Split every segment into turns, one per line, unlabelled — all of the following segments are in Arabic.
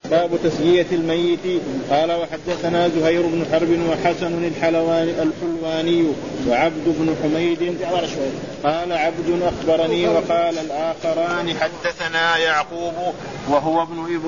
باب تسجية الميت. قال وحدثنا زهير بن حرب وحسن الحلواني وعبد بن حميد قال عبد أخبرني وقال الآخران حدثنا يعقوب وهو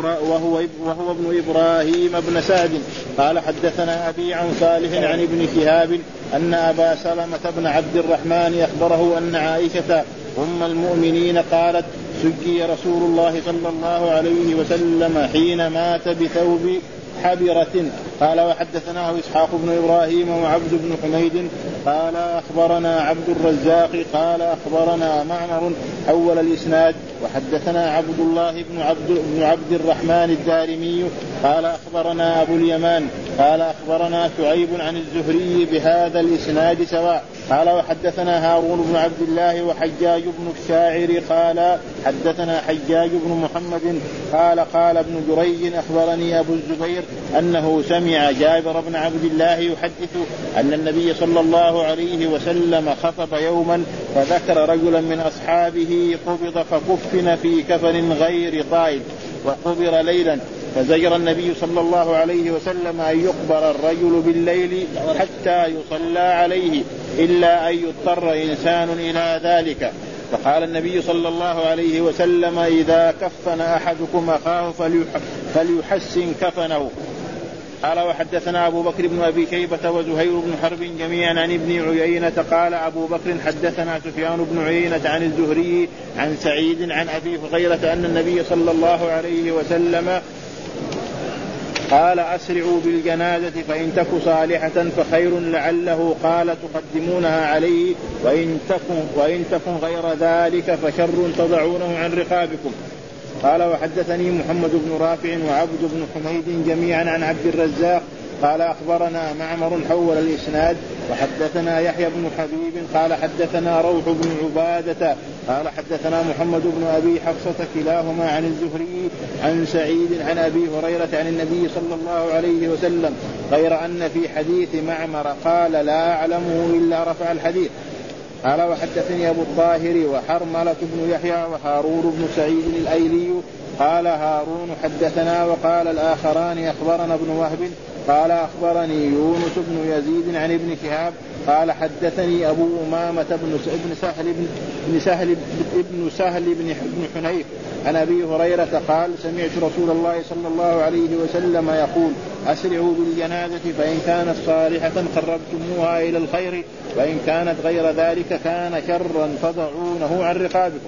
ابن إبراهيم بن سعد قال حدثنا أبي عن صالح عن ابن شهاب أن أبا سلمة بن عبد الرحمن أخبره أن عائشة أم المؤمنين قالت سجي رسول الله صلى الله عليه وسلم حين مات بثوب حبرة. قال وحدثناه إسحاق بن إبراهيم وعبد بن حميد قال أخبرنا عبد الرزاق قال أخبرنا معمر حول الإسناد وحدثنا عبد الله بن عبد الرحمن الدارمي قال أخبرنا أبو اليمان قال أخبرنا شعيب عن الزهري بهذا الإسناد سواء. قال وحدثنا هارون بن عبد الله وحجاج بن الشاعر قال حدثنا حجاج بن محمد قال ابن جريج أخبرني أبو الزبير أنه سمع جابر بن عبد الله يحدث أن النبي صلى الله عليه وسلم خطب يوما فذكر رجلا من أصحابه قبض فكفن في كفن غير طائل وقبر ليلا فزجر النبي صلى الله عليه وسلم أن يقبر الرجل بالليل حتى يصلى عليه إلا أن يضطر إنسان إلى ذلك. فقال النبي صلى الله عليه وسلم إذا كفن أحدكم أخاه فليحسن كفنه. قال وحدثنا أبو بكر بن أبي شيبة وزهير بن حرب جميعا عن ابن عيينة قال أبو بكر حدثنا سفيان بن عيينة عن الزهري عن سعيد عن أبي هريرة أن النبي صلى الله عليه وسلم قال أسرعوا بالجنازة فإن تك صالحة فخير لعله قال تقدمونها عليه وإن تكن غير ذلك فشر تضعونه عن رقابكم. قال وحدثني محمد بن رافع وعبد بن حميد جميعا عن عبد الرزاق قال أخبرنا معمر حول الإسناد وحدثنا يحيى بن حبيب قال حدثنا روح بن عبادة قال حدثنا محمد بن أبي حفصة كلاهما عن الزهري عن سعيد عن أبي هريرة عن النبي صلى الله عليه وسلم غير أن في حديث معمر قال لا أعلمه إلا رفع الحديث. قال وحدثني أبو الطاهر وحرملة بن يحيى وهارون بن سعيد الأيلي قال هارون حدثنا وقال الآخران أخبرنا ابن وهب قال أخبرني يونس بن يزيد عن ابن شهاب قال حدثني أبو أمامة بن سهل بن حنيف عن أبي هريرة قال سمعت رسول الله صلى الله عليه وسلم يقول أسرعوا بالجنازة فإن كانت صالحة قربتموها إلى الخير وإن كانت غير ذلك كان شرا فضعونه عن رقابكم.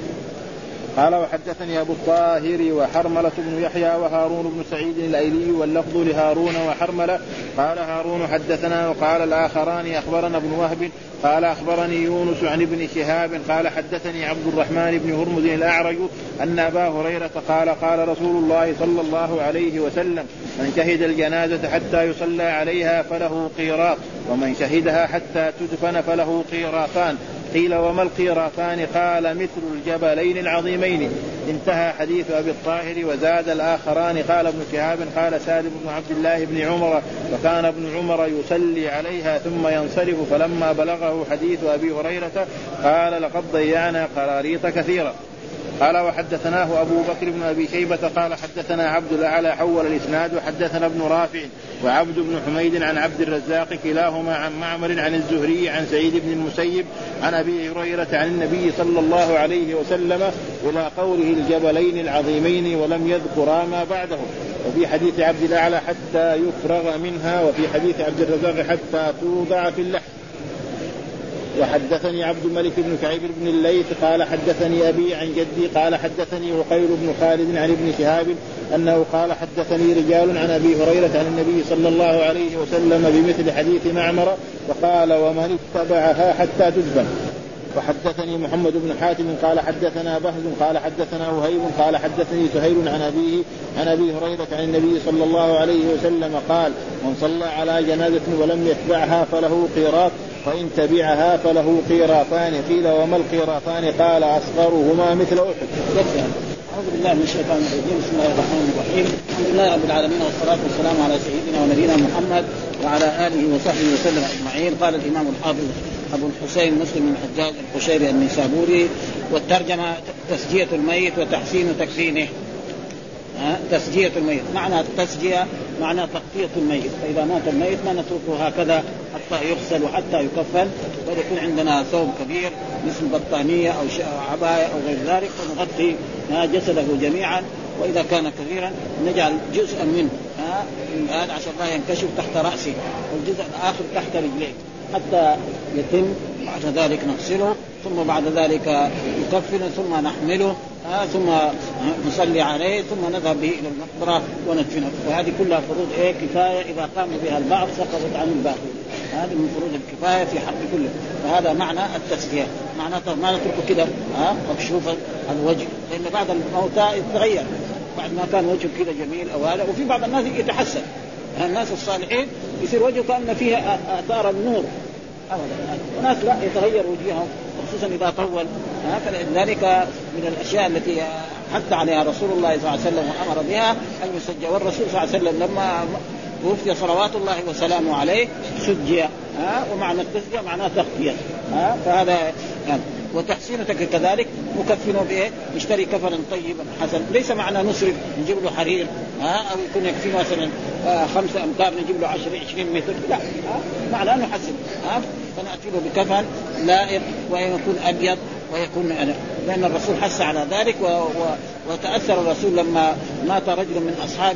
قال وحدثني أبو الطاهر وحرملة بن يحيى وهارون بن سعيد الأيلي واللفظ لهارون وحرملة قال هارون حدثنا وقال الآخران أخبرنا ابن وهب قال أخبرني يونس عن ابن شهاب قال حدثني عبد الرحمن بن هرمز الأعرج أن أبا هريرة قال رسول الله صلى الله عليه وسلم من شهد الجنازة حتى يصلى عليها فله قيراط ومن شهدها حتى تدفن فله قيراطان. قيل وما القيراطان؟ قال مثل الجبلين العظيمين. انتهى حديث أبي الطاهر. وزاد الآخران قال ابن شهاب قال سالم بن عبد الله بن عمر وكان ابن عمر يصلي عليها ثم ينصرف فلما بلغه حديث أبي هريرة قال لقد ضيعنا قراريط كثيرة. قال وحدثناه أبو بكر بن أبي شيبة قال حدثنا عبد الأعلى حول الإسناد وحدثنا ابن رافع وعبد بن حميد عن عبد الرزاق كلاهما عن معمر عن الزهري عن سعيد بن المسيب عن أبي هريرة عن النبي صلى الله عليه وسلم إلى قوله الجبلين العظيمين ولم يذكرا ما بعده. وفي حديث عبد الأعلى حتى يفرغ منها وفي حديث عبد الرزاق حتى توضع في اللحم. وحدثني عبد الملك بن كعب بن الليث قال حدثني أبي عن جدي قال حدثني عقيل بن خالد عن ابن شهاب أنه قال حدثني رجال عن أبي هريرة عن النبي صلى الله عليه وسلم بمثل حديث معمر وقال ومن اتبعها حتى تدفن. وحدثني محمد بن حاتم قال حدثنا بهز قال حدثنا وهيب قال حدثني سهيل عن أبيه عن أبي هريرة عن النبي صلى الله عليه وسلم قال من صلى على جنازة ولم يتبعها فله قيراط وإن تبعها فله قيراطان. قيل وما القيراطان؟ قال أصغرهما مثل أحد.
أعوذ بالله من الشيطان الرجيم. بسم الله الرحمن الرحيم. الحمد لله رب العالمين والصلاة والسلام على سيدنا ونبينا محمد وعلى آله وصحبه وسلم أجمعين. قال الإمام الحافظ أبو الحسين مسلم بن الحجاج القشيري النيسابوري والترجمة تسجية الميت وتحسين تكفينه. تسجية الميت. معنى التسجية معنى تغطية الميت، فإذا مات الميت ما نتركه هكذا حتى يغسل وحتى يكفن، بل يكون عندنا ثوب كبير مثل بطانية أو عباية أو غير ذلك، ونغطي جسده جميعا، وإذا كان كثيرا نجعل جزءا منه عشان لا ينكشف تحت رأسه، والجزء الآخر تحت رجليه حتى يتم. بعد ذلك نغسله، ثم بعد ذلك يكفن، ثم نحمله، ثم نصلي عليه، ثم نذهب به إلى المقبرة وندفنه. وهذه كلها فروض كفاية، إذا قام بها البعض سقطت عن الباقي. هذه من فروض الكفاية في حق كله. فهذا معنى التسجية، معناته ما نتركه كده مكشوف الوجه، لأن بعض الموتى يتغير، بعد ما كان وجهه كده جميل أو هذا. وفي بعض الناس يتحسن، الناس الصالحين يصير وجهه كأن فيها آثار النور أبدا، وناس لا يتغير وجههم، خصوصا إذا طول. فلذلك من الأشياء التي حث عليها رسول الله صلى الله عليه وسلم وأمر بها أن يسجى. والرسول صلى الله عليه وسلم لما توفي صلوات الله وسلامه عليه سجى، ومعنى التسجية معناه تغطية. فهذا وتحسينتك كذلك مكفنه بإيه؟ نشتري كفنا طيبا حسن، ليس معنا نصرف نجيب له حرير أو يكون يكفي مثلا 5 أمتار نجيب له 10-20 متر، لا، معناه نحسن. فنأتي له بكفن لائق ويكون أبيض ويكون لأن الرسول حث على ذلك. وتأثر الرسول لما مات رجل من أصحابه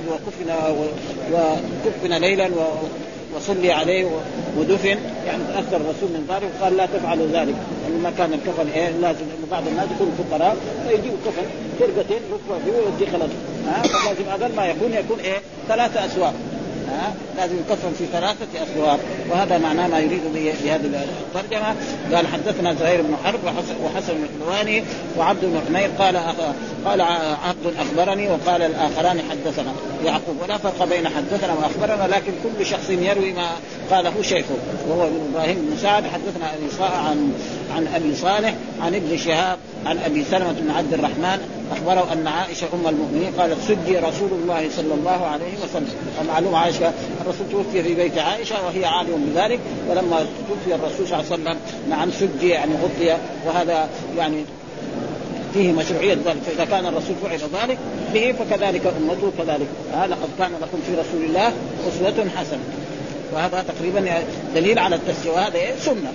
وكفن ليلا وصلي عليه ودفن، يعني تأثر الرسول من ذلك وقال لا تفعلوا ذلك، لما كان الكفن لازم بعض الناس يكون فقراء فيجيبوا كفن فرقتين ركبة فيه ويودي خلط، فلازم أقل ما يكون 3 أسواق، لازم يكفن في 3 أسواق. وهذا معناه ما يريد بهذه الترجمة. قال حدثنا زهير بن حرب وحسن الحلواني وعبد بن حمير قال عبد أخبرني وقال الآخران حدثنا يعقوب، ولا فرق بين حدثنا وأخبرنا، لكن كل شخص يروي ما قاله شيخه. وهو ابن إبراهيم بن سعد حدثنا عن أبي صالح عن ابن شهاب عن أبي سلمة بن عبد الرحمن أخبره أن عائشة أم المؤمنين قالت سجي رسول الله صلى الله عليه وسلم. ومعلوم عائشة الرسول توفي في بيت عائشة وهي عالم بذلك، ولما توفي الرسول صلى الله عليه وسلم نعم سجي يعني غطي، وهذا يعني فيه مشروعية ذلك. فإذا كان الرسول فعل ذلك به فكذلك أمته كذلك. لقد كان لكم في رسول الله أسوة حسنة. وهذا تقريبا دليل على التسجيل، وهذا سنة.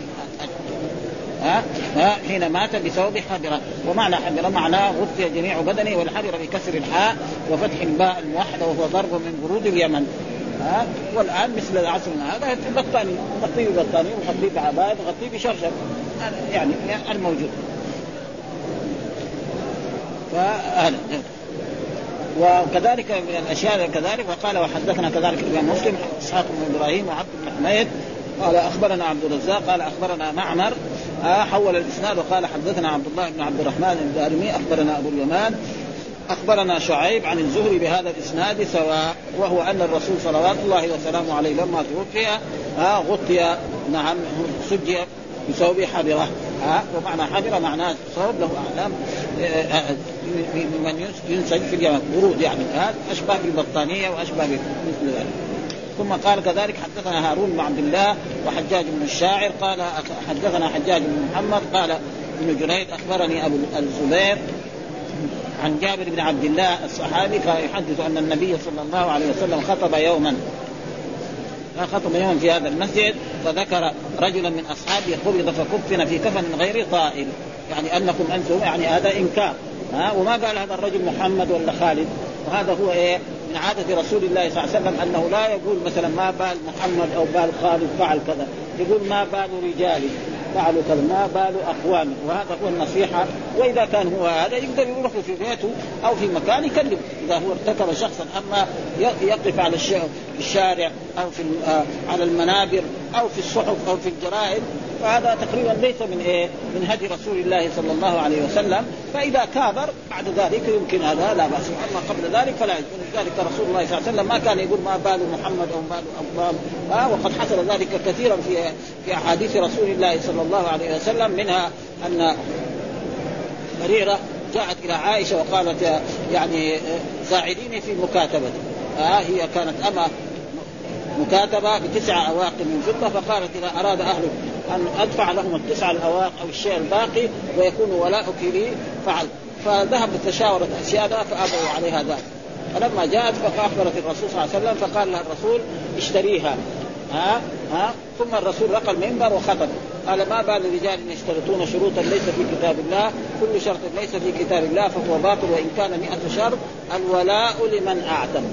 حين مات بثوب حبرة، ومعنى حبرة معناه غطي جميع بدنه، والحبرة بكسر الحاء وفتح الباء الموحدة، وهو ضرب من برود اليمن. والآن مثل العصر هذا بطاني نغطيه ببطاني ونغطيه بعباية ونغطيه بشرشر، يعني الموجود. فهذا وكذلك من الأشياء كذلك. وقال وحدثنا كذلك الإمام مسلم إسحاق بن إبراهيم وعبد بن حميد قال أخبرنا عبد الرزاق قال أخبرنا معمر حول الإسناد وقال حدثنا عبد الله بن عبد الرحمن الدارمي أخبرنا أبو اليمان أخبرنا شعيب عن الزهري بهذا الإسناد سواء، وهو أن الرسول صلوات الله وسلامه عليه لما توفي غطي نعم سجي بثوب حبرة. ومعنى حبرة معناه ثوب له أعلام من ينسج في اليمن برود، يعني أشبه بالبطانية وأشبه مثل ذلك. ثم قال كذلك حدثنا هارون بن عبد الله وحجاج بن الشاعر قال حدثنا حجاج بن محمد قال ابن جريد أخبرني أبو الزبير عن جابر بن عبد الله الصحابي يحدث أن النبي صلى الله عليه وسلم خطب يوما في هذا المسجد، فذكر رجلا من أصحابه قبض فكفن في كفن غير طائل، يعني أنكم أنتم، يعني هذا إنكار. وما قال هذا الرجل محمد ولا خالد، وهذا هو من عادة رسول الله صلى الله عليه وسلم أنه لا يقول مثلا ما بال محمد أو بال خالد فعل كذا، يقول ما بال رجالي فعلوا كذا، ما بال أقوامي، وهذا هو النصيحة. وإذا كان هو هذا يقدر يروح في بيته أو في مكان يكلم إذا هو ارتكب شخصا، أما يقف على الشارع أو على المنابر أو في الصحف أو في الجرائد، فهذا تقريبا ليس من هدي رسول الله صلى الله عليه وسلم. فإذا كابر بعد ذلك يمكن هذا لا بأس، أما قبل ذلك فلا يجوز. ذلك رسول الله صلى الله عليه وسلم ما كان يقول ما بال محمد أو بال أقوام، وقد حصل ذلك كثيرا في أحاديث رسول الله صلى الله عليه وسلم، منها أن بريرة جاءت إلى عائشة وقالت يعني ساعديني في مكاتبتي. هي كانت أما مكاتبة ب9 أواق من فضة، فقالت إذا أراد أهلك أن أدفع لهم 9 الأواق أو الشيء الباقي ويكون ولاؤك لي فعل. فذهبت تشاورت أشياء فأبوا عليها ذلك، فلما جاءت فأخبرت الرسول صلى الله عليه وسلم فقال لها الرسول اشتريها. ثم الرسول رقى المنبر وخطب قال ما بال الرجال يشترطون شروطا ليس في كتاب الله كل شرط ليس في كتاب الله فهو باطل وإن كان 100 شرط الولاء لمن أعتم.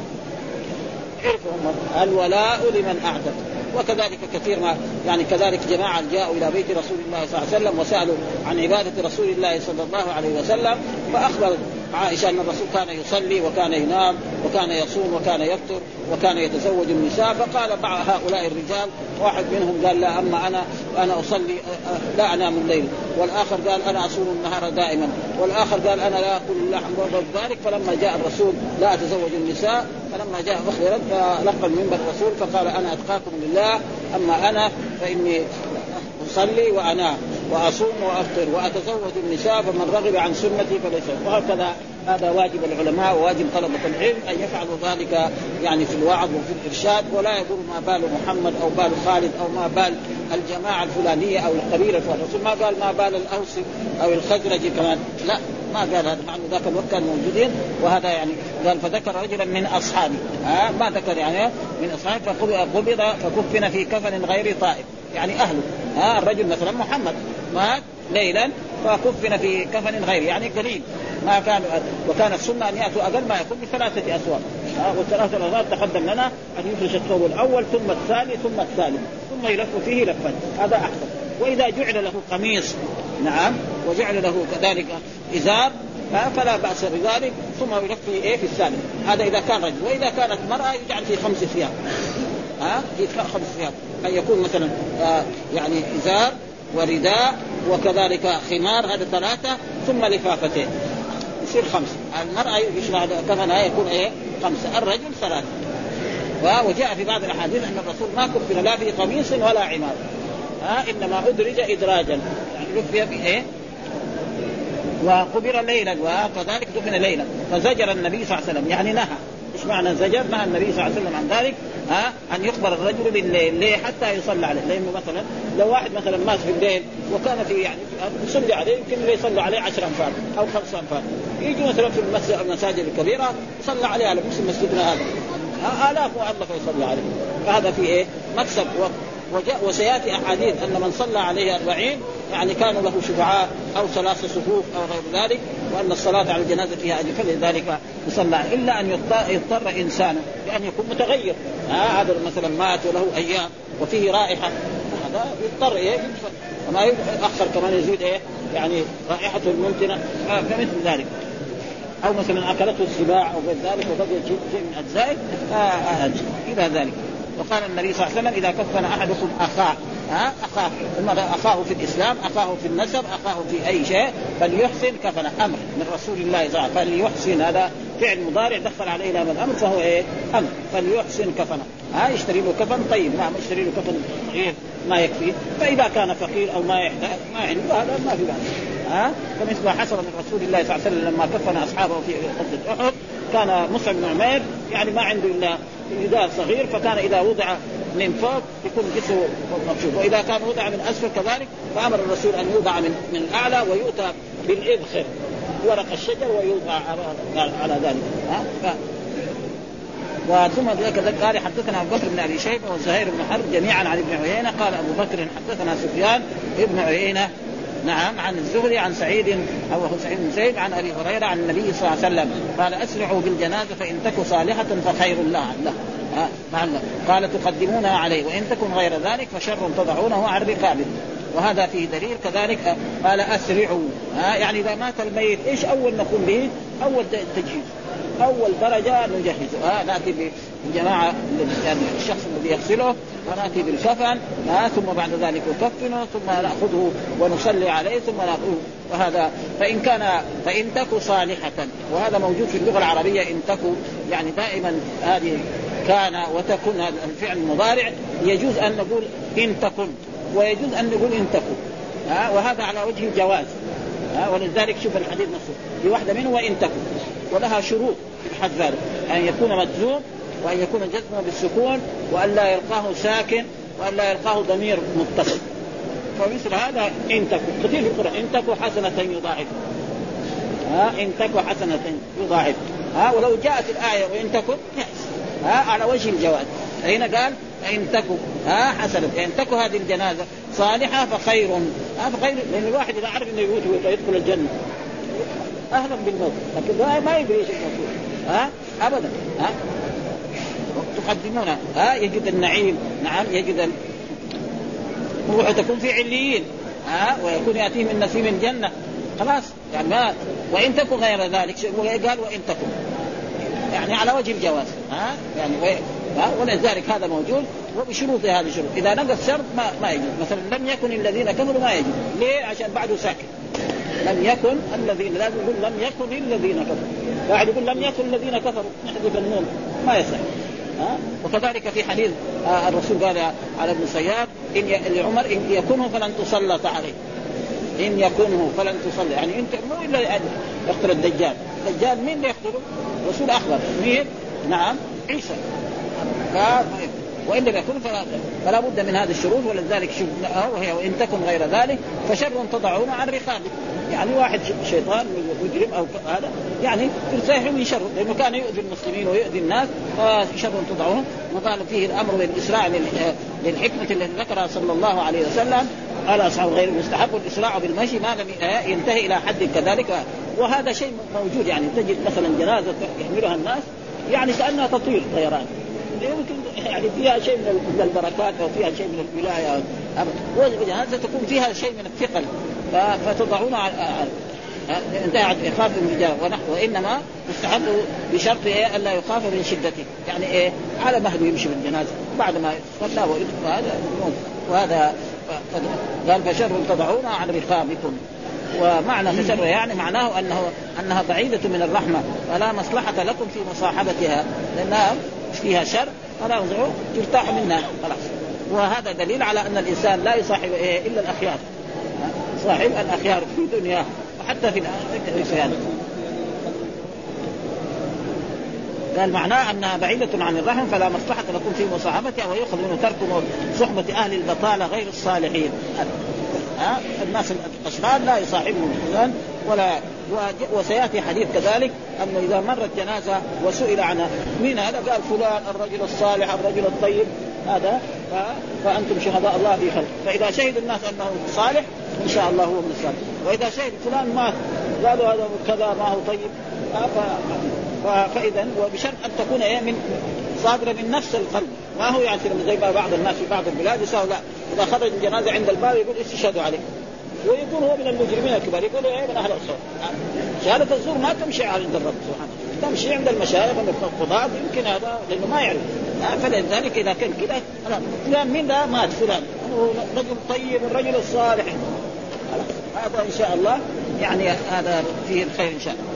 الولاء لمن أعتم. وكذلك كثير ما يعني كذلك جماعة جاءوا إلى بيت رسول الله صلى الله عليه وسلم وسألوا عن عبادة رسول الله صلى الله عليه وسلم فأخبر عائشة أن الرسول كان يصلي وكان ينام وكان يصوم وكان يفطر وكان يتزوج النساء. فقال بعض هؤلاء الرجال واحد منهم قال لا أما أنا أصلي لا أنام الليل والآخر قال أنا أصوم النهار دائما والآخر قال أنا لا أكل اللحم وذلك. فلما جاء الرسول لا أتزوج النساء فلما جاء أخبرت فلقى المنبر الرسول فقال أنا أتقاكم لله أما أنا فإني أصلي وأنام وأصوم وأفطر وأتزوج النساء فمن رغب عن سنتي فليس. وهكذا هذا واجب العلماء وواجب طلبة العلم أن يفعلوا ذلك يعني في الوعظ وفي الإرشاد ولا يضر ما بال محمد أو بال خالد أو ما بال الجماعة الفلانية أو القبيلة الفلانية. الرسول ما قال ما بال الأوس أو الخزرج كمان لا ما قال هذا مع أنه ذاك الوقت كانوا موجودين. وهذا يعني قال فذكر رجلا من أصحابه ما ذكر يعني من أصحابه فقبض فكفن في كفن غير طائب يعني أهله. الرجل مثلا محمد مات ليلا فكفن في كفن غير يعني قليل ما كان. وكان السنة أن يأتوا أقل ما يكون ب3 أسواق والثلاثة الأسواق تقدم لنا أن يفرش الثوب الأول ثم الثاني ثم الثالث ثم يلف فيه لفا هذا أحسن. وإذا جعل له قميص نعم وجعل له كذلك إزار فلا بأس بذلك ثم يلف فيه في الثالث. هذا إذا كان رجل. وإذا كانت مرأة يجعل فيه 5 ثياب في 5 ثياب أن يكون مثلا يعني إزار ورداء وكذلك خمار هذا 3 ثم لفافتين يصير 5. المرأة يشرع كفنها يكون 5 الرجل 3. وجاء في بعض الأحاديث أن الرسول ما كفن لا في قميص ولا عمار إنما أدرج إدراجا يعني لف وقبر ليلا وكذلك دفن ليلا فزجر النبي صلى الله عليه وسلم يعني نهى. إيش معنى زجر؟ نهى النبي صلى الله عليه وسلم عن ذلك أن يقبر الرجل بالليل ليه حتى يصلى عليه. لأنه مثلا لو واحد مثلا مات في الليل وكان في يعني يصلي عليه يمكن يصلي عليه 10 أنفار أو 5 أنفار يجي مثلا في المساجد الكبيرة يصلى عليه على مسجدنا هذا آلاف مؤلفة يصلي عليه. فهذا في مكسب. وسيأتي أحاديث أن من صلى عليه 40 يعني كانوا له شفعاء أو 3 صفوف أو غير ذلك وأن الصلاة على الجنازة فيها أجر. فلذلك يصلى إلا أن يضطر إنسان بأن يكون متغير هذا مثلا مات وله أيام وفيه رائحة هذا يضطر وما يؤخر كمان يزيد يعني رائحة الممتنة فمثل ذلك. أو مثلا أكلته السباع أو غير ذلك وبقي شيء من أجزائه إلى ذلك. وقال النبي صلى الله عليه وسلم إذا كفن أحدكم أخاه أخاه في الإسلام أخاه في النسب أخاه في أي شيء فليحسن كفن. أمر من رسول الله صلى الله عليه وسلم فليحسن هذا فعل مضارع دخل عليه لام الأمر فهو أمر فليحسن كفن. يشتري له كفن طيب نعم يشتري له كفن صغير ما يكفي. فإذا كان فقير أو ما يحتاج ما عنده هذا ما في بأس. فمثل ما حصل من رسول الله صلى الله عليه وسلم لما كفن أصحابه في غزوة أحد كان مصعب بن عمير يعني ما عنده إلا رداء صغير فكان إذا وضع من فوق يكون جسمه مكشوف وإذا كان وضع من أسفل كذلك فأمر الرسول أن يوضع من الأعلى ويؤتى بالإبخر ورق الشجر ويوضع على ذلك. وثم ذلك قال حدثنا أبو بكر بن أبي شيبة وزهير بن حرب جميعا عن ابن عيينة قال أبو بكر حدثنا سفيان ابن عيينة نعم عن الزهري عن سعيد أو سعيد بن زيد عن أبي هريرة عن النبي صلى الله عليه وسلم قال أسرعوا بالجنازة فإن تك صالحة فخير الله قال تقدمونها عليه وإن تكن غير ذلك فشر تضعونه عن رقابه. وهذا فيه دليل كذلك قال أسرعوا يعني إذا مات الميت إيش أول نقوم به؟ أول تجهيز أول درجة نجهزه نأتي بالجماعة يعني الشخص الذي يغسله ونأتي بالكفن ثم بعد ذلك نكفنه ثم نأخذه ونصلي عليه ثم نأخذه. وهذا فإن تكو صالحة وهذا موجود في اللغة العربية إن تكو يعني دائما هذه كان وتكون هذا الفعل المضارع يجوز أن نقول إن تكن ويجوز أن نقول إن تكو وهذا على وجه الجواز ولذلك شوف الحديث نفسه في واحدة منه وإن تكو ولها شروط في حد ذلك أن يكون مجزوم وأن يكون جزمه بالسكون وأن لا يلقاه ساكن وأن لا يلقاه ضمير متصل. فمثل هذا إن تكو كثير في القرآن إن تكو حسنة يضاعف إن تكو حسنة يضاعف ولو جاءت الآية وإن تكن على وجه الجواز. هنا قال إن تكن حسنة، إن تكن هذه الجنازة صالحة فخير. فخير لأن الواحد إذا عرف إنه يموت ويدخل الجنة أهلا بالموت، لكن ما يدري ايش الموضوع ابدا. تقدمون يجد النعيم، نعم يجد الروح تكون في عليين ويكون ياتيه من نسيم الجنه خلاص يعني ما. وان تكن غير ذلك قال وان تكن يعني على وجه الجواز يعني ولذلك هذا موجود وبشروط. هذه الشروط اذا نقص شرط ما يجوز. مثلا لم يكن الذين كفروا ما يجوز. ليه؟ عشان بعده ساكن. لم يكن الذين، لازم يقول لم يكن الذين كفروا. واحد يقول لم يكن الذين كفروا نحذف النون ما يصح. وكذلك في حديث الرسول قال على ابن سياب إن لعمر إن يكونه فلن تسلط عليه. إن يكونه فلن تصلي يعني أنت مو إلا يقتل الدجال. الدجال مين اللي يقتله؟ الرسول أخبر مين؟ نعم عيسى. وإن لم يكن فلا بد من هذه الشروط. ولذلك وهي وإن تكن غير ذلك فشر تضعون عن رقابه. يعني واحد شيطان مجرم أو هذا يعني يرتاح من شر لأنه كان يؤذي المسلمين ويؤذي الناس فشر تضعون. وقال فيه الأمر بالإسراع للحكمة التي ذكرها صلى الله عليه وسلم قال أصحاب غير مستحب الإسراع بالمشي ما لم ينتهي إلى حد كذلك. وهذا شيء موجود يعني تجد مثلا جنازة يحملها الناس يعني كأنها تطير طيران يمكن يعني فيها شيء من البركات أو فيها شيء من الولاية وجهازة تكون فيها شيء من الثقل فتضعون انتهى إخاف من وإنما مستحب بشرط ألا يخاف من شدته يعني على مهله يمشي بالجنازة بعد ما صلى وهذا قال فشر تضعون عن رقابكم. ومعنى فشر يعني معناه أنها بعيدة من الرحمة فلا مصلحة لكم في مصاحبتها لأنها فيها شر فلا ترتاح منها خلاص. وهذا دليل على أن الإنسان لا يصاحب إلا الأخيار. صاحب الأخيار في دنياه وحتى في الآخرة. قال معناه أنها بعيدة عن الرحم فلا مصلحة لكم في مصاحبتها ويأخذ منه ترك صحبة أهل البطالة غير الصالحين. الناس الأشرار لا يصاحبهم الإنسان ولا. وسيأتي حديث كذلك أنه إذا مرت جنازة وسئل عنها مين هذا قال فلان الرجل الصالح الرجل الطيب هذا فأنتم شهداء الله في خلق. فإذا شهد الناس أنه صالح إن شاء الله هو من الصالح. وإذا شهد فلان مات قالوا هذا كذا ما هو طيب فإذا وبشرط أن تكون من صادرة من نفس القلب ما هو يعني زي ما بعض الناس في بعض البلاد يساوي لا إذا خرج الجنازة عند الباب يقول استشهدوا عليه ويقول هو من المجرمين الكبار يقول من أهل الصور. شهادة الزور ما تمشي عند الرب سبحانه تمشي عند المشايخ والقضاة يمكن هذا لأنه ما يعرف. فلذلك إذا كان كده فلان مين ده مات فلان رجل طيب الرجل الصالح هذا إن شاء الله يعني هذا فيه الخير إن شاء الله.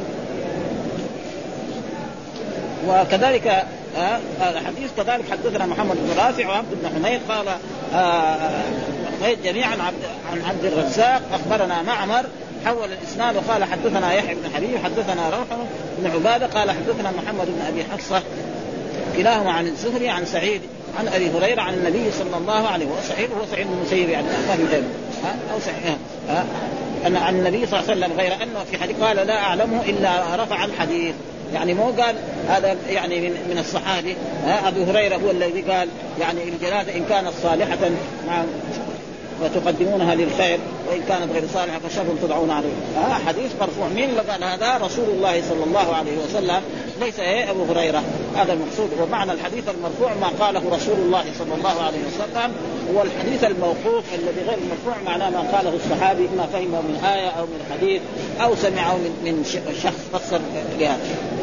وكذلك الحديث كذلك حدثنا محمد بن رافع وعبد بن حميد قال حميد جميعا عن عبد الرزاق أخبرنا معمر حول الإسناد وقال حدثنا يحيى بن حبيب حدثنا روح بن عبادة قال حدثنا محمد بن أبي حفصة كلاهما عن الزهري عن سعيد عن أبي هريرة عن النبي صلى الله عليه وسلم هو سعيد بن المسيب يعني أو سعيد أن عن النبي صلى الله عليه وسلم غير أنه في حديث قال لا أعلمه إلا رفع الحديث يعني مو قال هذا يعني من الصحابي. أبو هريرة هو الذي قال يعني الجنازة إن كانت صالحة وتقدمونها للخير وإن كانت غير صالحة فشر تضعون عليه. حديث مرفوع مين اللي قال هذا؟ رسول الله صلى الله عليه وسلم ليس أبو هريرة. هذا المقصود. ومعنى الحديث المرفوع ما قاله رسول الله صلى الله عليه وسلم هو الحديث الموقوف الذي غير المرفوع معناه ما قاله الصحابي ما فهمه من آية أو من حديث أو سمعه من شخص فسر لهذا.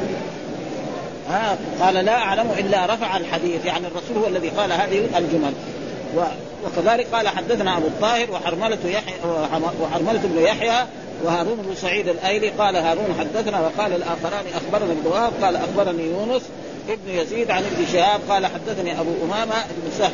قال لا أعلم إلا رفع الحديث يعني الرسول هو الذي قال هذه الجمل. وكذلك قال حدثنا أبو الطاهر وحرملة بن يحيى وهارون بن سعيد الأيلي قال هارون حدثنا وقال الآخران أخبرنا ابن وهب قال أخبرني يونس ابن يزيد عن ابن شهاب قال حدثني أبو أمامة بن سهل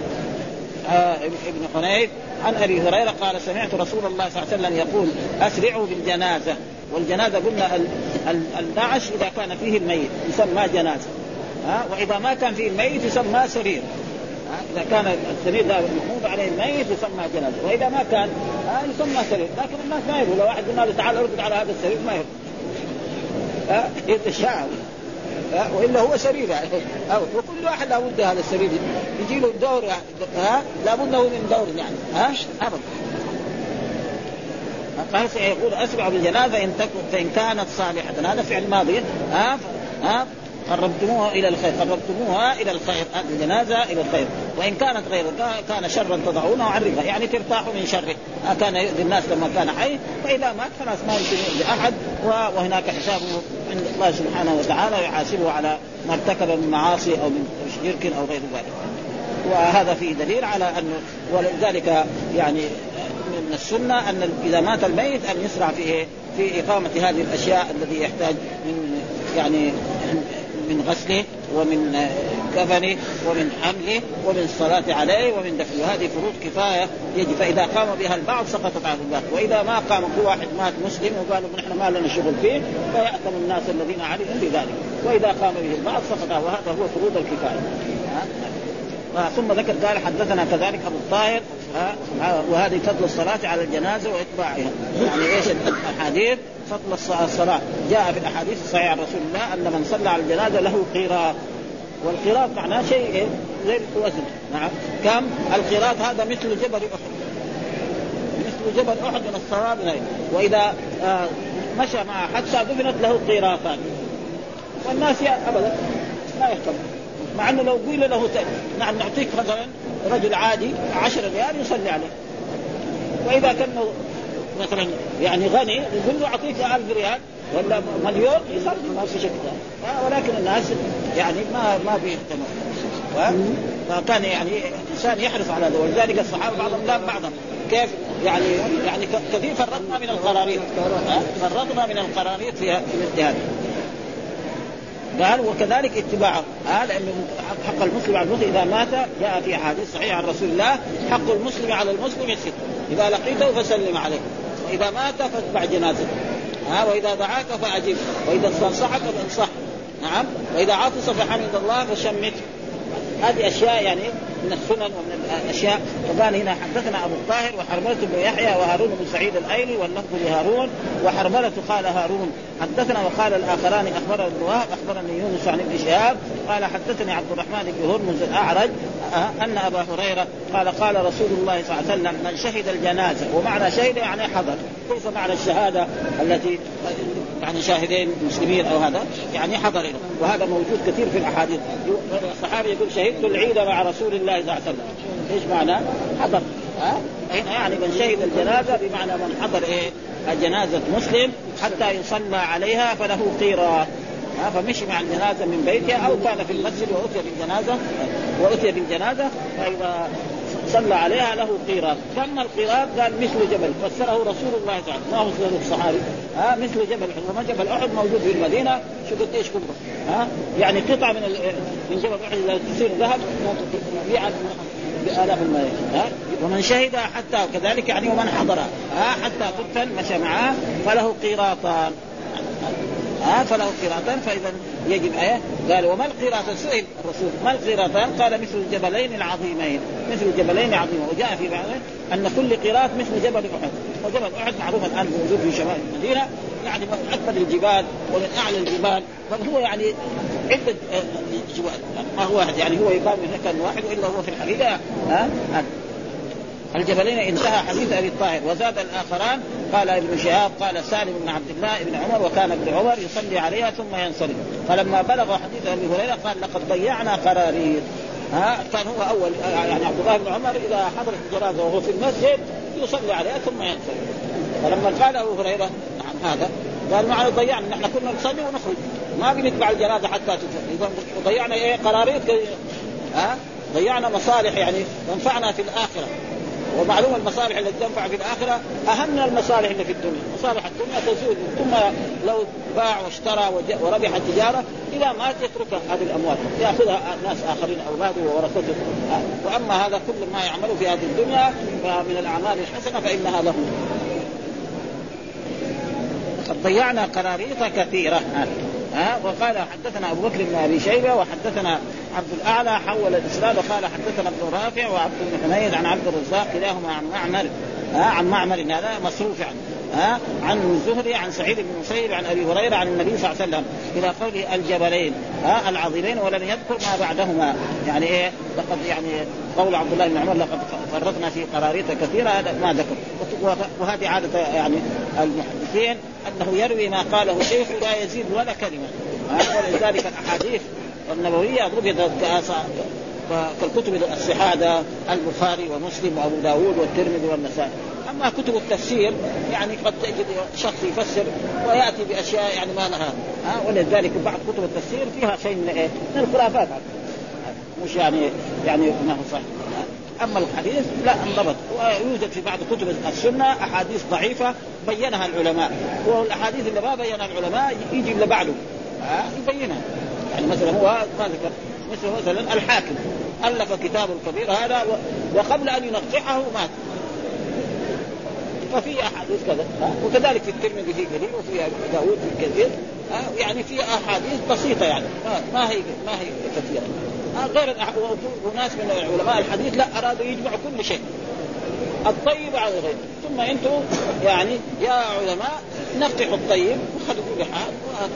ابن حنيف عن أبي هريرة قال سمعت رسول الله صلى الله عليه وسلم يقول أسرعوا بالجنازة. والجنازة قلنا النعش إذا كان فيه الميت يسمى جنازة وإذا ما كان فيه الميت يسمى سرير. إذا كان السرير لا محمود عليه الميت يسمى جنازة وإذا ما كان يسمى سرير. لكن الناس ما يقول لو واحد قلنا له تعال ارقد على هذا السرير ما يقول يتشاءم وإلا هو سرير يعني. وكل واحد لابد هذا السرير يجي له الدور لابد له من دور يعني أبدا. قال سيقول أسرع بالجنازة فإن كانت صالحة، هذا فعل ماضي قربتموها إلى الخير الجنازة إلى الخير، وإن كانت غير كان شرا تضعونه وعرفها، يعني ترتاحوا من شره. كان يؤذي الناس لما كان حي، فإذا مات خلاص ما يمكن يؤذي أحد، وهناك حسابه عند الله سبحانه وتعالى يحاسبه على ما ارتكب من معاصي أو من شرك أو غير ذلك. وهذا فيه دليل على أنه، ولذلك يعني من السنة أن إذا مات الميت أن يسرع في إقامة هذه الأشياء الذي يحتاج من غسله ومن كفنه ومن حمله ومن الصلاة عليه ومن دفنه. هذه فروض كفاية يجب، فإذا قام بها البعض سقطت عن البعض، وإذا ما قام كل واحد مات مسلم وقالوا نحن ما لنا شغل فيه فيأثم الناس الذين علموا بذلك، وإذا قام به البعض سقط، وهذا هو فروض الكفاية. ثم ذكر قال حدثنا كذلك أبو الطاهر وهذه فضل الصلاة على الجنازة وإتباعها. يعني إيش الحديث؟ فضل الصلاة جاء في الأحاديث الصحيحة عن رسول الله أن من صلى على الجنازة له قيراط، والقيراط معناه شيء زي الوزن. نعم، كم القيراط؟ هذا مثل جبل أحد، مثل جبل أحد من الصواب. وإذا مشى معه حتى دفنت له قيراطان، والناس أبدا لا يهتم، مع أنه لو قيل له نعم نعطيك مثلا رجل عادي 10 ريال يصلي عليه، وإذا كان مثلا يعني غني يقول له أعطيك 1000 ريال ولا مليون يصلي ما في شك. ولكن الناس يعني ما بيهتموا، فكان يعني إنسان يحرص على هذا. ولذلك الصحابة بعضهم لا بعضهم كيف يعني كثير فرطنا من القراريط في الاجتهاد. قال وكذلك اتباعه، لأنه حق المسلم على المسلم إذا مات جاء في أحاديث صحيحة عن رسول الله حق المسلم على المسلم 6: إذا لقيته فسلم عليه، وإذا مات فاتبع جنازته، وإذا دعاك فأجب، وإذا استنصحك فانصح، نعم، وإذا عطس فحمد الله فشمت. هذه أشياء يعني من السنن ومن الأشياء. وقال هنا حدثنا أبو الطاهر وحرملة بن يحيى وهارون بن سعيد الأيلي واللفظ لهارون، وحرملة قال هارون حدثنا، وقال الآخران أخبرنا ابن وهب أخبرني يونس عن ابن شهاب قال حدثني عبد الرحمن بن هرمز الأعرج أن أبا هريرة قال رسول الله صلى الله عليه وسلم من شهد الجنازة، ومعنى شهد يعني حضر، ليس معنى الشهادة التي يعني شاهدين مسلمين أو هذا، يعني حضر. وهذا موجود كثير في الأحاديث. الصحابي يقول شهدت العيد مع رسول الله صلى الله عليه وسلم، ايش معنى؟ حضر. هنا يعني من شهد الجنازة بمعنى من حضر جنازة مسلم حتى يصلى عليها فله قيراط. فمشي مع الجنازة من بيته أو كان في المسجد وأتي بالجنازة فإذا صلى عليها له قيراط. كم القيراط؟ قال مثل جبل، فسره رسول الله صلى الله عليه وسلم، ما هو فسره الصحابي. مثل جبل أحد، وما جبل أحد موجود في المدينة، شو قد إيش كبره، يعني قطعة من جبل أحد إذا تصير ذهب يبيع بآلاف الملايين. ومن شهد حتى كذلك يعني ومن حضر حتى تدفن مشى معاه فله قيراطان، فله قيراطان. فإذا يجب قال وما القيراطان؟ سئل الرسول ما القيراطان؟ قال مثل الجبلين العظيمين، مثل الجبلين العظيمين. وجاء في بعض أن كل قيراط مثل جبل أحد، وجبل أحد معروف الآن موجود في شمال المدينة، يعني من أكبر الجبال ومن أعلى الجبال، بل هو يعني عدة جبال، ما هو واحد، يعني هو يقام من مكان واحد، وإلا هو في الحقيقة الجبلين. انتهى حديث أبي الطاهر. وزاد الآخران قال ابن شهاب قال سالم بن عبد الله بن عمر وكان ابن عمر يصلي عليها ثم ينصرف. فلما بلغ حديث أبي هريرة قال لقد ضيعنا قراريط. كان هو أول يعني عبد الله بن عمر إذا حضرت الجنازة وهو في المسجد يصلي عليها ثم ينصرف. فلما قال أبو هريرة نعم هذا قال معنا ضيعنا، نحن كنا نصلي ونخرج ما بنتبع الجنازة حتى تدفن. إذا ضيعنا قراريط، ضيعنا مصالح يعني تنفعنا في الآخرة. ومعلومة المصالح التي تنفع في الآخرة أهم من المصالح اللي في الدنيا. مصالح الدنيا تزول، ثم لو باع واشترى وربح التجارة إذا مات يترك هذه الأموال يأخذها ناس آخرين أولاده وورثته. وأما هذا كل ما يعمل في هذه الدنيا فمن الأعمال الحسنة فإنها له. قد ضيعنا قراريط كثيرة. وقال حدثنا أبو بكر بن أبي شيبة وحدثنا عبد الأعلى حول الإسناد وقال حدثنا ابن رافع وعبد بن حميد عن عبد الرزاق كلاهما عن معمر هذا مصروف عنه. عن الزهري عن سعيد بن المسيب عن أبي هريرة عن النبي صلى الله عليه وسلم إلى قوله الجبلين العظيمين، ولم يذكر ما بعدهما. يعني إيه لقد يعني قول عبد الله بن عمر لقد فرطنا في قراريط كثيرة، هذا ما ذكر. وهذه عادة يعني المحدثين أنه يروي ما قاله شيخ لا يزيد ولا كلمة. ولذلك الأحاديث النبوية ضبطت كالكتب الصحاح البخاري ومسلم وأبو داود والترمذي والنسائي. أما كتب التفسير يعني قد تجد شخص يفسر ويأتي بأشياء يعني ما لها، ولذلك بعض كتب التفسير فيها شيء من الخرافات، مش يعني ما هو صحيح. أما الحديث لا انضبط. ويوجد في بعض كتب السنة أحاديث ضعيفة بينها العلماء، والأحاديث اللي ما بينها العلماء يجي اللي بعده يبينها. يعني مثلا هو ما ذكر مثلا الحاكم ألف كتاب الكبير هذا وقبل أن ينقحه مات، ففي أحاديث كذا. وكذلك في الترمذي في قليل وفي داود في كثير، يعني في أحاديث بسيطة يعني ما هي كثيرة. غير وناس من علماء الحديث لا أرادوا يجمعوا كل شيء الطيب على الغير. ثم أنتم يعني يا علماء نقحوا الطيب وخذوا كل حال.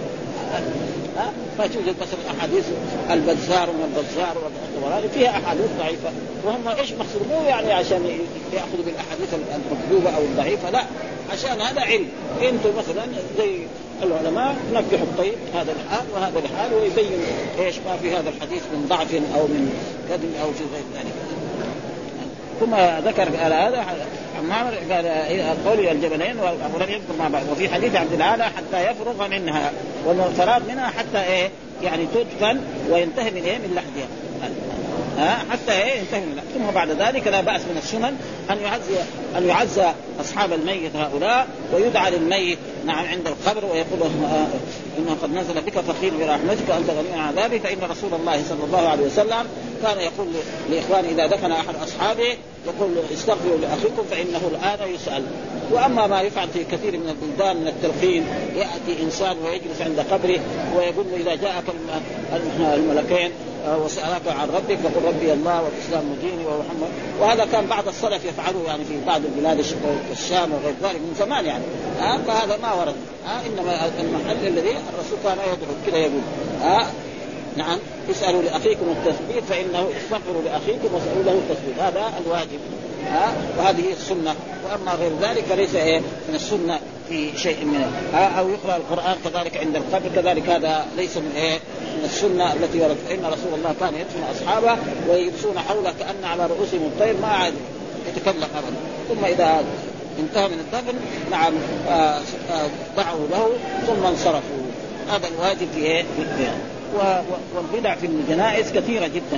فتوجد مثلا أحاديث البزار والبزار والطبراني فيها أحاديث ضعيفة، وهم إيش مقصودوا يعني عشان يأخذوا بالأحاديث المكذوبة أو الضعيفة؟ لا، عشان هذا علم. أنتم مثلا زي العلماء نقحوا الطيب هذا الحال وهذا الحال، ويبين إيش ما في هذا الحديث من ضعف أو من كذب أو في غير ذلك. ثم ذكر قال هذا عمار قال قول الجبلين ولم يذكر مع بعض. وفي حديث عبد العالى حتى يفرغ منها، والفراغ منها حتى يعني تدفن وينتهي من من لحدها حتى ينتهي من لحدها. ثم بعد ذلك لا بأس من السنن أن يعزى أصحاب الميت هؤلاء ويدعى للميت عند القبر ويقول إنه قد نزل بك فخير برحمتك أنت غني عن عذابي. فإن رسول الله صلى الله عليه وسلم كان يقول لإخوانه إذا دفن أحد أصحابه يقول استغفروا لأخيكم فإنه الآن يسأل. وأما ما يفعل في كثير من البلدان من التلقين، يأتي إنسان ويجلس عند قبره ويقول إذا جاءك الملكين وسألك عن ربك فقل ربي الله والإسلام ديني ومحمد. وهذا كان بعض السلف يفعله يعني في بعض البلاد الشام وغير ذلك من زمان يعني. فهذا ما ورد. إنما المحل الذي الرسول كان يدعو كذا يقول نعم اسألوا لأخيكم التثبيت فإنه استغفروا لأخيكم واسألوا له التثبيت، هذا الواجب. وهذه السنة. وأما غير ذلك فليس من السنة في شيء منه. أو يقرأ القرآن كذلك عند القبر كذلك، هذا ليس من من السنة التي ورد. فإن رسول الله كان يدفن أصحابه ويجلسون حوله كأن على رؤوسهم الطير ما عاد يتكلم أبدا. ثم إذا انتهى من الدفن نعم دعوا له ثم انصرفوا. هذا الواجب في الدين. والبدع في الجنائز كثيرة جدا.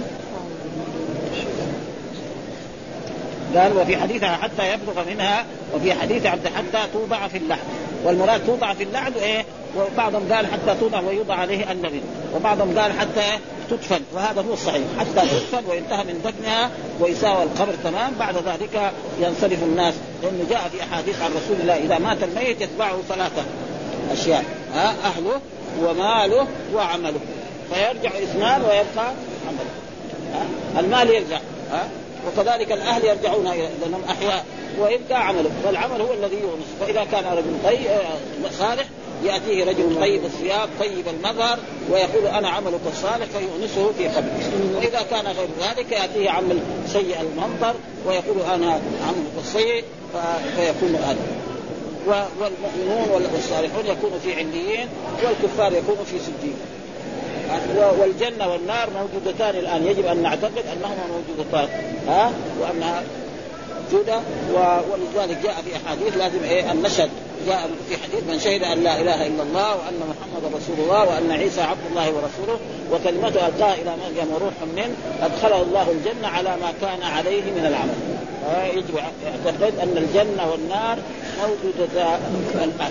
قال وفي حديثها حتى يبلغ منها، وفي حديث عبد حتى توضع في اللحد. والمراد توضع في اللحد وبعضهم قال حتى توضع ويوضع عليه اللبن، وبعضهم قال حتى تدفن، وهذا هو الصحيح حتى تدفن وينتهى من دفنها ويساوى القبر تمام. بعد ذلك ينصرف الناس، لأنه جاء في أحاديث عن رسول الله إذا مات الميت يتبعه 3 أشياء أهله وماله وعمله، فيرجع 2 ويبقى عمله. المال يرجع وكذلك الأهل يرجعون إلى أنهم أحياء ويبقى عمله، والعمل هو الذي يونس. فإذا كان رجل صالح يأتيه رجل طيب الثياب طيب المظهر ويقول أنا عملك الصالح فيؤنسه في قبره. وإذا كان غير ذلك يأتيه عمل سيء المنظر ويقول أنا عملك السيء فيكون هذا. والمؤمنون والصالحون يكونوا في عليين والكفار يكونوا في سجين. والجنة والنار موجودتان الآن، يجب أن نعتقد أنهما موجودتان وأنها موجودة. ولذلك جاء في أحاديث لازم النشهد. جاء في حديث من شهد أن لا إله إلا الله وأن محمد رسول الله وأن عيسى عبد الله ورسوله وكلمته ألقاها إلى مريم وروح منه أدخله الله الجنة على ما كان عليه من العمل. يجب يعتقد أن الجنة والنار موجودتان الآن.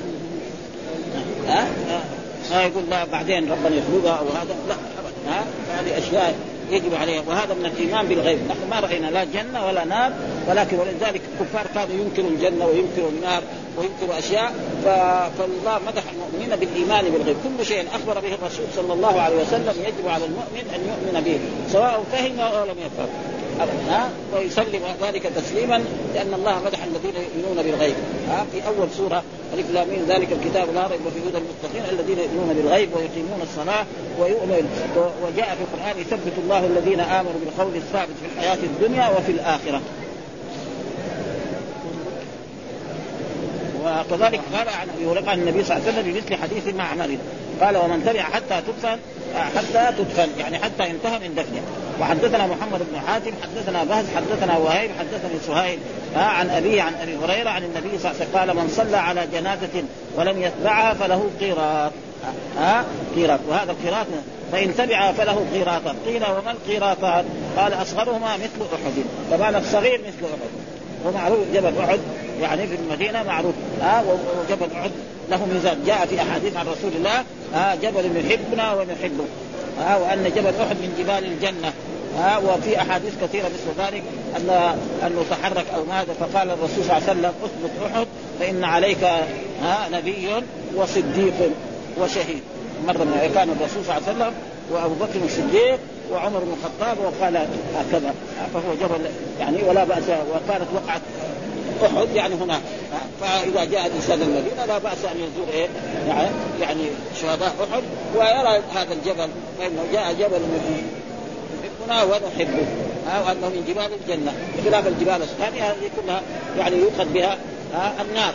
ما يقول لا بعدين ربنا يخلقها أو هذا، لا أبدا. هذه أشياء يجب عليها، وهذا من الإيمان بالغيب. نحن ما رأينا لا جنة ولا نار، ولكن ولذلك الكفار كانوا ينكروا الجنة وينكروا النار وينكروا أشياء. فالله مدح المؤمنين بالإيمان بالغيب. كل شيء أخبر به الرسول صلى الله عليه وسلم يجب على المؤمن أن يؤمن به سواء فهم أو لم يفهم. أبدا ويسلم ذلك تسليما، لأن الله مدح الذين يؤمنون بالغيب في أول سورة ألف لام ميم ذلك الكتاب لا ريب فيه هدى للمتقين الذين يؤمنون بالغيب ويقيمون الصلاة ويؤمنون. وجاء في القرآن يثبت الله الذين آمنوا بالقول الثابت في الحياة الدنيا وفي الآخرة. وكذلك قال عن أبي هريرة عن النبي صلى الله عليه وسلم بمثل حديث معمر قال ومن تبع حتى تدفن يعني حتى ينتهى من دفنه. وحدثنا محمد بن حاتم حدثنا بهز حدثنا وهيب حدثني سهيل عن أبي عن أبي هريرة عن النبي صلى الله عليه وسلم قال من صلى على جنازة ولم يتبعها فله قيراط قيراط. وهذا القيراط فإن تبعها فله قيراطان. قيل وما القيراطان؟ قال أصغرهما مثل أحد. طبعا الصغير مثل أحد ومعروف جبل أحد يعني في المدينة معروف وجبل أحد له ميزان. جاء في أحاديث عن رسول الله جبل يحبنا ونحبه وأن جبل أحد من جبال الجنة. وفي أحاديث كثيرة مثل ذلك أنه تحرك أو ماذا فقال الرسول صلى الله عليه وسلم اثبت أحد فإن عليك نبي وصديق وشهيد. مرة من كان الرسول صلى الله عليه وسلم وأبو بكر الصديق وعمر بن الخطاب وقال هكذا فهو جبل يعني ولا بأس. وكانت وقعت أحد يعني هنا فإذا جاء الإنسان المدينة لا بأس أن يزور يعني شهداء أحد ويرى هذا الجبل فإنه جاء جبل يحبنا ونحبه وأنه من جبال الجنة بخلاف الجبال الثانية هذه كلها يعني يوقد بها النار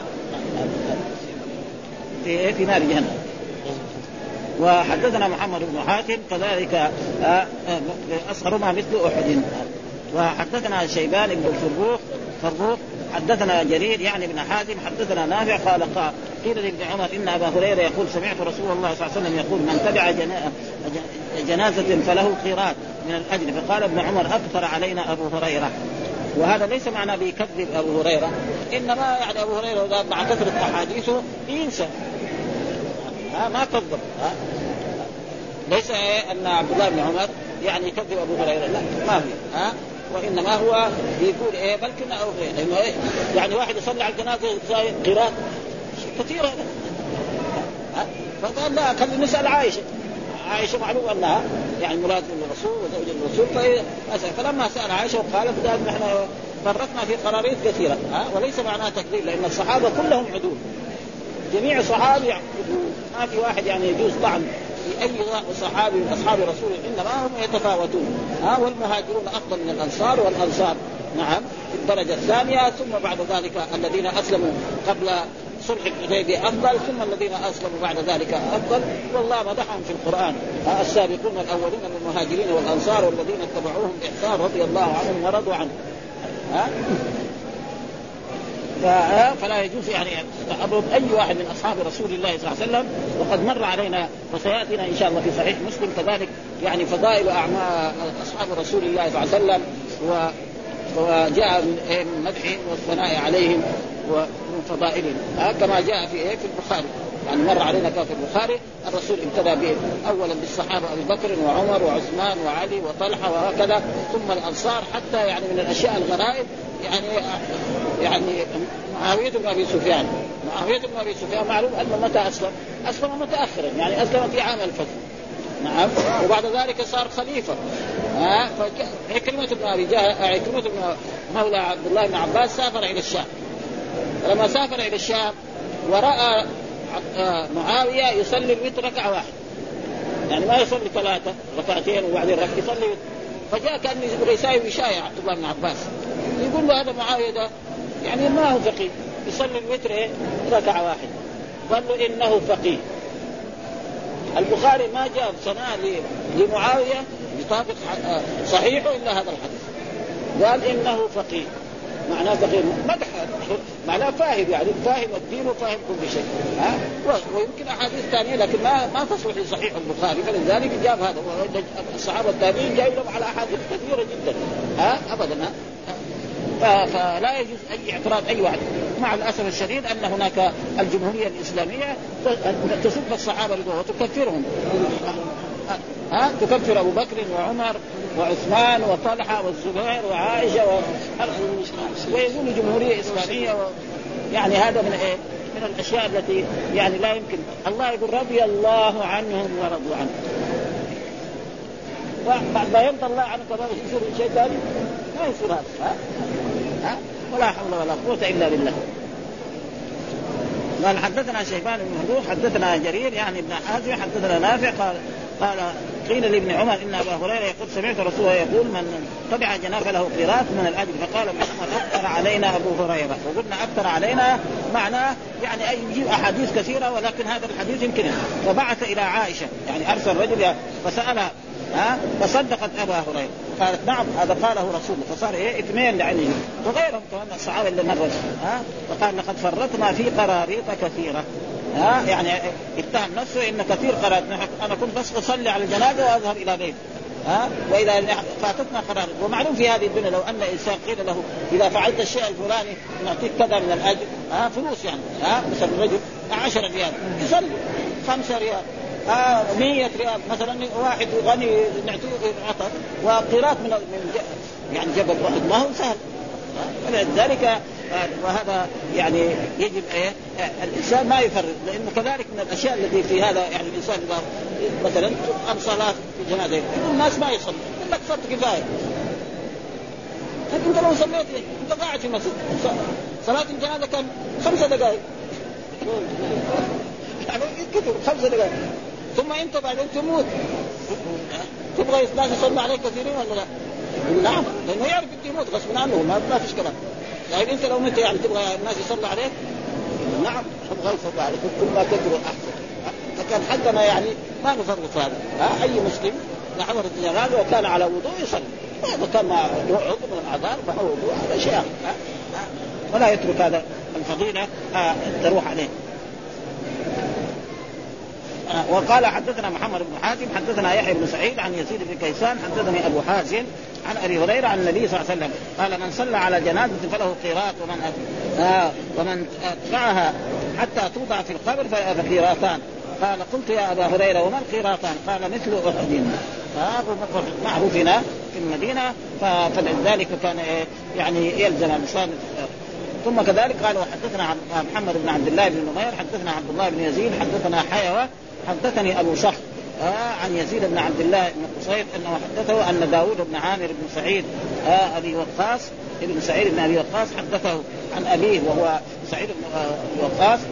في نار جهنم. وحدثنا محمد بن حاتم كذلك أصغرهما مثل أحد. وحدثنا شيبان بن فروخ حدثنا جرير يعني بن حازم حدثنا نافع قال قيل لابن عمر إن أبا هريرة يقول سمعت رسول الله صلى الله عليه وسلم يقول من تبع جنازة فله قيراط من الأجر. فقال ابن عمر أكثر علينا أبو هريرة. وهذا ليس معنى بيكذب أبو هريرة إنما يعني أبو هريرة مع كثرة أحاديثه ينسى ما كذب ليس أن عبد الله بن عمر يعني يكذب أبو هريرة لا ما هو وإنما هو يقول بل كنا أو غير يعني واحد يصلي على الجنازة قراءة كثيرة فقال لا خلينا نسأل عائشة معلوم أنها يعني ملازمة للرسول وزوج الرسول فلما سأل عائشة وقالت قال نحن فرقنا في قرارات كثيرة وليس معناه تكذيب لأن الصحابة كلهم عدول جميع صحابي ما في واحد يعني يجوز طعن في أي صحابي من أصحاب رسول إنما هم يتفاوتون والمهاجرون أفضل من الأنصار والأنصار نعم في الدرجة الثانية ثم بعد ذلك الذين أسلموا قبل صلح الحديبية أفضل ثم الذين أسلموا بعد ذلك أفضل. والله مدحهم في القرآن السابقون الأولين من المهاجرين والأنصار والذين اتبعوهم بإحسان رضي الله عنهم ورضوا عنه فلا يجوز يعني تعرض أي واحد من أصحاب رسول الله صلى الله عليه وسلم. وقد مر علينا وسيأتينا إن شاء الله في صحيح مسلم كذلك يعني فضائل أعمال أصحاب رسول الله صلى الله عليه وسلم وجاء من مدحهم والثناء عليهم ومن فضائلهم كما جاء في البخاري يعني مر علينا كان في البخاري الرسول ابتدى به أولا بالصحابة أبي بكر وعمر وعثمان وعلي وطلحة وهكذا ثم الأنصار حتى يعني من الأشياء الغرائب يعني معاوية بن أبي سفيان معلوم أنه متى أسلم متأخرا يعني أسلم في عام الفتح نعم وبعد ذلك صار خليفة عكرمة بن أبي جهل عكرمة بن مولى عبد الله بن عباس سافر إلى الشام. فلما سافر إلى الشام ورأى معاوية يصلي الوتر ركعة واحدة يعني ما يصلي 3 ركعتين وبعدين يصلي فجاء كان يساوي وشايع عبد الله بن عباس يقول له هذا معاوية ده يعني ما هو فقيه يصلي الوتر ركعة واحدة قال له إنه فقيه. البخاري ما جاب سنة لمعاوية يطابق صحيحه إلا هذا الحديث قال إنه فقيه معناه فقيه مدح معناه فاهم يعني فاهم الدين وفاهم كل شيء ويمكن أحاديث ثانية لكن ما تصلح لصحيح البخاري فلذلك جاب هذا. الصحابة التابعين جايب لهم على أحاديث كثيرة جدا أبدا فلا يجوز أي اعتراض أي واحد. مع الأسف الشديد أن هناك الجمهورية الإسلامية تسب الصحابة وتكفرهم تكفر أبو بكر وعمر وعثمان وطلحة والزبير وعائشة ويقول جمهورية إسلامية يعني هذا من الأشياء التي يعني لا يمكن. الله يقول رضي الله عنهم ورضوا عنه بعد ما يرضى الله عنك ما يصير شيء ثاني ما يصير هذا. ولا حول ولا قوة إلا بالله. قال حدثنا شيبان بن هدوء حدثنا جرير يعني ابن حازم حدثنا نافع قال قيل لابن عمر إن أبا هريرة يقول سمعت رسوله يقول من تبع جنازة له قيراط من الأجر. فقال ابن عمر أكثر علينا أبو هريرة. وقلنا أكثر علينا معناه يعني أي يجيب أحاديث كثيرة ولكن هذا الحديث يمكن. فبعث إلى عائشة يعني أرسل رجل فسألها فصدقت أبا هريرة قالت نعم هذا قاله رسوله. فصار اثنين يعني وغيرهم كمان الصحابة اللي مروا فقال لقد فرطنا في قراريط كثيرة. يعني اتهم نفسه إن كثير قراريط. أنا كنت بس أصلي على الجنازة وأذهب إلى بيت وإذا فاتتنا قراريط. ومعلوم في هذه الدنيا لو أن إنسان قيل له إذا فعلت الشيء الفلاني نعطيك كذا من الأجر فلوس يعني مثلا الرجل 10 ريال يصلي 5 ريال 100 ريال مثلا واحد غني نعطيه عطر وقيراط من يعني جبل واحد ما هو سهل. ولذلك وهذا يعني يجب الإنسان ما يفرط لأنه كذلك من الأشياء التي في هذا يعني الإنسان مثلا صلاة في جنازة الناس ما يصلي لك فرض كفاية. لكن أنت لو صليت أنت قاعد في مسجد صلاة الجنازة كم 5 دقائق يعني كثير 5 دقائق ثم أنت بعدين تموت تبغى الناس يصلوا عليك كثيرين ولا لا؟ نعم لأنه يعرف أنت يموت غصب عنه ما فيش كلام. يعني أنت لو أنت يعني تبغى الناس يصلوا عليك نعم تبغى يصلوا عليك كل ما تدروا أحسن. فكان حقنا يعني ما نفرط هذا. أي مسلم يحضر الجنازة وكان على وضوء يصلي وهذا كان مع عضو من الأعذار فهو وضوء هذا شيء ولا يترك هذا الفضيلة تروح عليه. وقال حدثنا محمد بن حاتم حدثنا يحيى بن سعيد عن يزيد بن كيسان حدثني أبو حازم عن أبي هريرة عن النبي صلى الله عليه وسلم قال من صلى على جنازة فله قيراط ومن أتبعها حتى توضع في القبر فقيراطان. قال قلت يا أبا هريرة وما القيراطان؟ قال مثل أحد. معروف هنا في المدينة فلذلك كان يعني يلزم الإنسان. ثم كذلك قال وحدثنا محمد بن عبد الله بن نمير حدثنا عبد الله بن يزيد حدثنا حيوة حدثني أبو صخر عن يزيد بن عبد الله بن قصير أنه حدثه أن داود بن عامر بن سعيد أبي وقاص ابن سعيد بن أبي وقاص حدثه عن أبيه وهو سعيد بن وقاص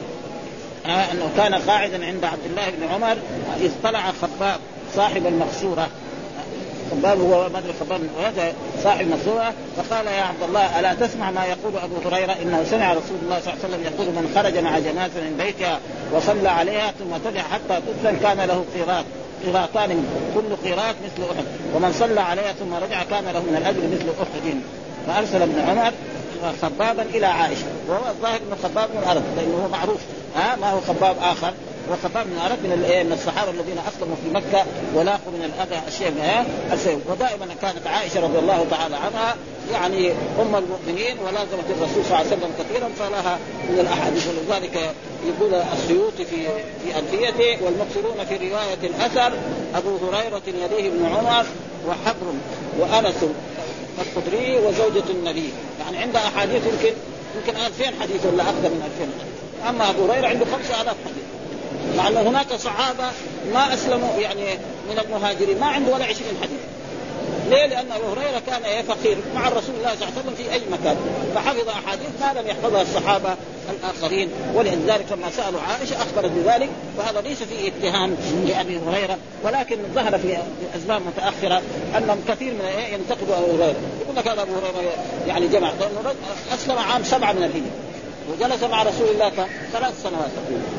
أنه كان قاعدا عند عبد الله بن عمر إذ طلع خباب صاحب المقصورة. خباب هو بدر خباب وهذا صاحب المقصورة فقال يا عبد الله ألا تسمع ما يقول أبو هريرة إنه سمع رسول الله صلى الله عليه وسلم يقول من خرج مع جنازة من بيتها وصلى عليها ثم تبع حتى تدفن كان له قيراطان كل قيراط مثل أحد ومن صلى عليها ثم رجع كان له من الأجر مثل أحد. فأرسل ابن عمر خبابا إلى عائشة وهو الظاهر من خباب من الأرض لأنه هو معروف ما هو خباب آخر وخباب من الأرض من الصحابة الذين أسلموا في مكة ولاقوا من الأذى أشياء من ودائما كانت عائشة رضي الله تعالى عنها يعني أم المؤمنين ولازمت الرسول صلى الله عليه وسلم كثيرا فلها من الأحاديث. ولذلك يقول السيوطي في ألفيته والمكثرون في رواية الأثر أبو هريرة يليه ابن عمر وحبر وأنس الخدري وزوجة النبي يعني عنده أحاديث يمكن 2000 حديث ولا أكثر من 2000 حديث. أما أبو هريرة عنده 5000 حديث مع أن هناك صحابة ما أسلموا يعني من المهاجرين ما عنده ولا 20 حديث. ليه؟ لأن أبو هريرة كان فقير مع الرسول الله صلى الله عليه وسلم في أي مكان فحفظ أحاديث ما لم يحفظها الصحابة الآخرين. ولذلك لما سألوا عائشة أخبرت بذلك فهذا ليس فيه اتهام لأبي هريرة ولكن ظهر في أسباب متأخرة أنهم كثير من ينتقدوا أبو هريرة يقول لك هذا أبو هريرة يعني جمع لأنه أسلم عام 7 من الهجرة وجلس مع رسول الله 3 سنوات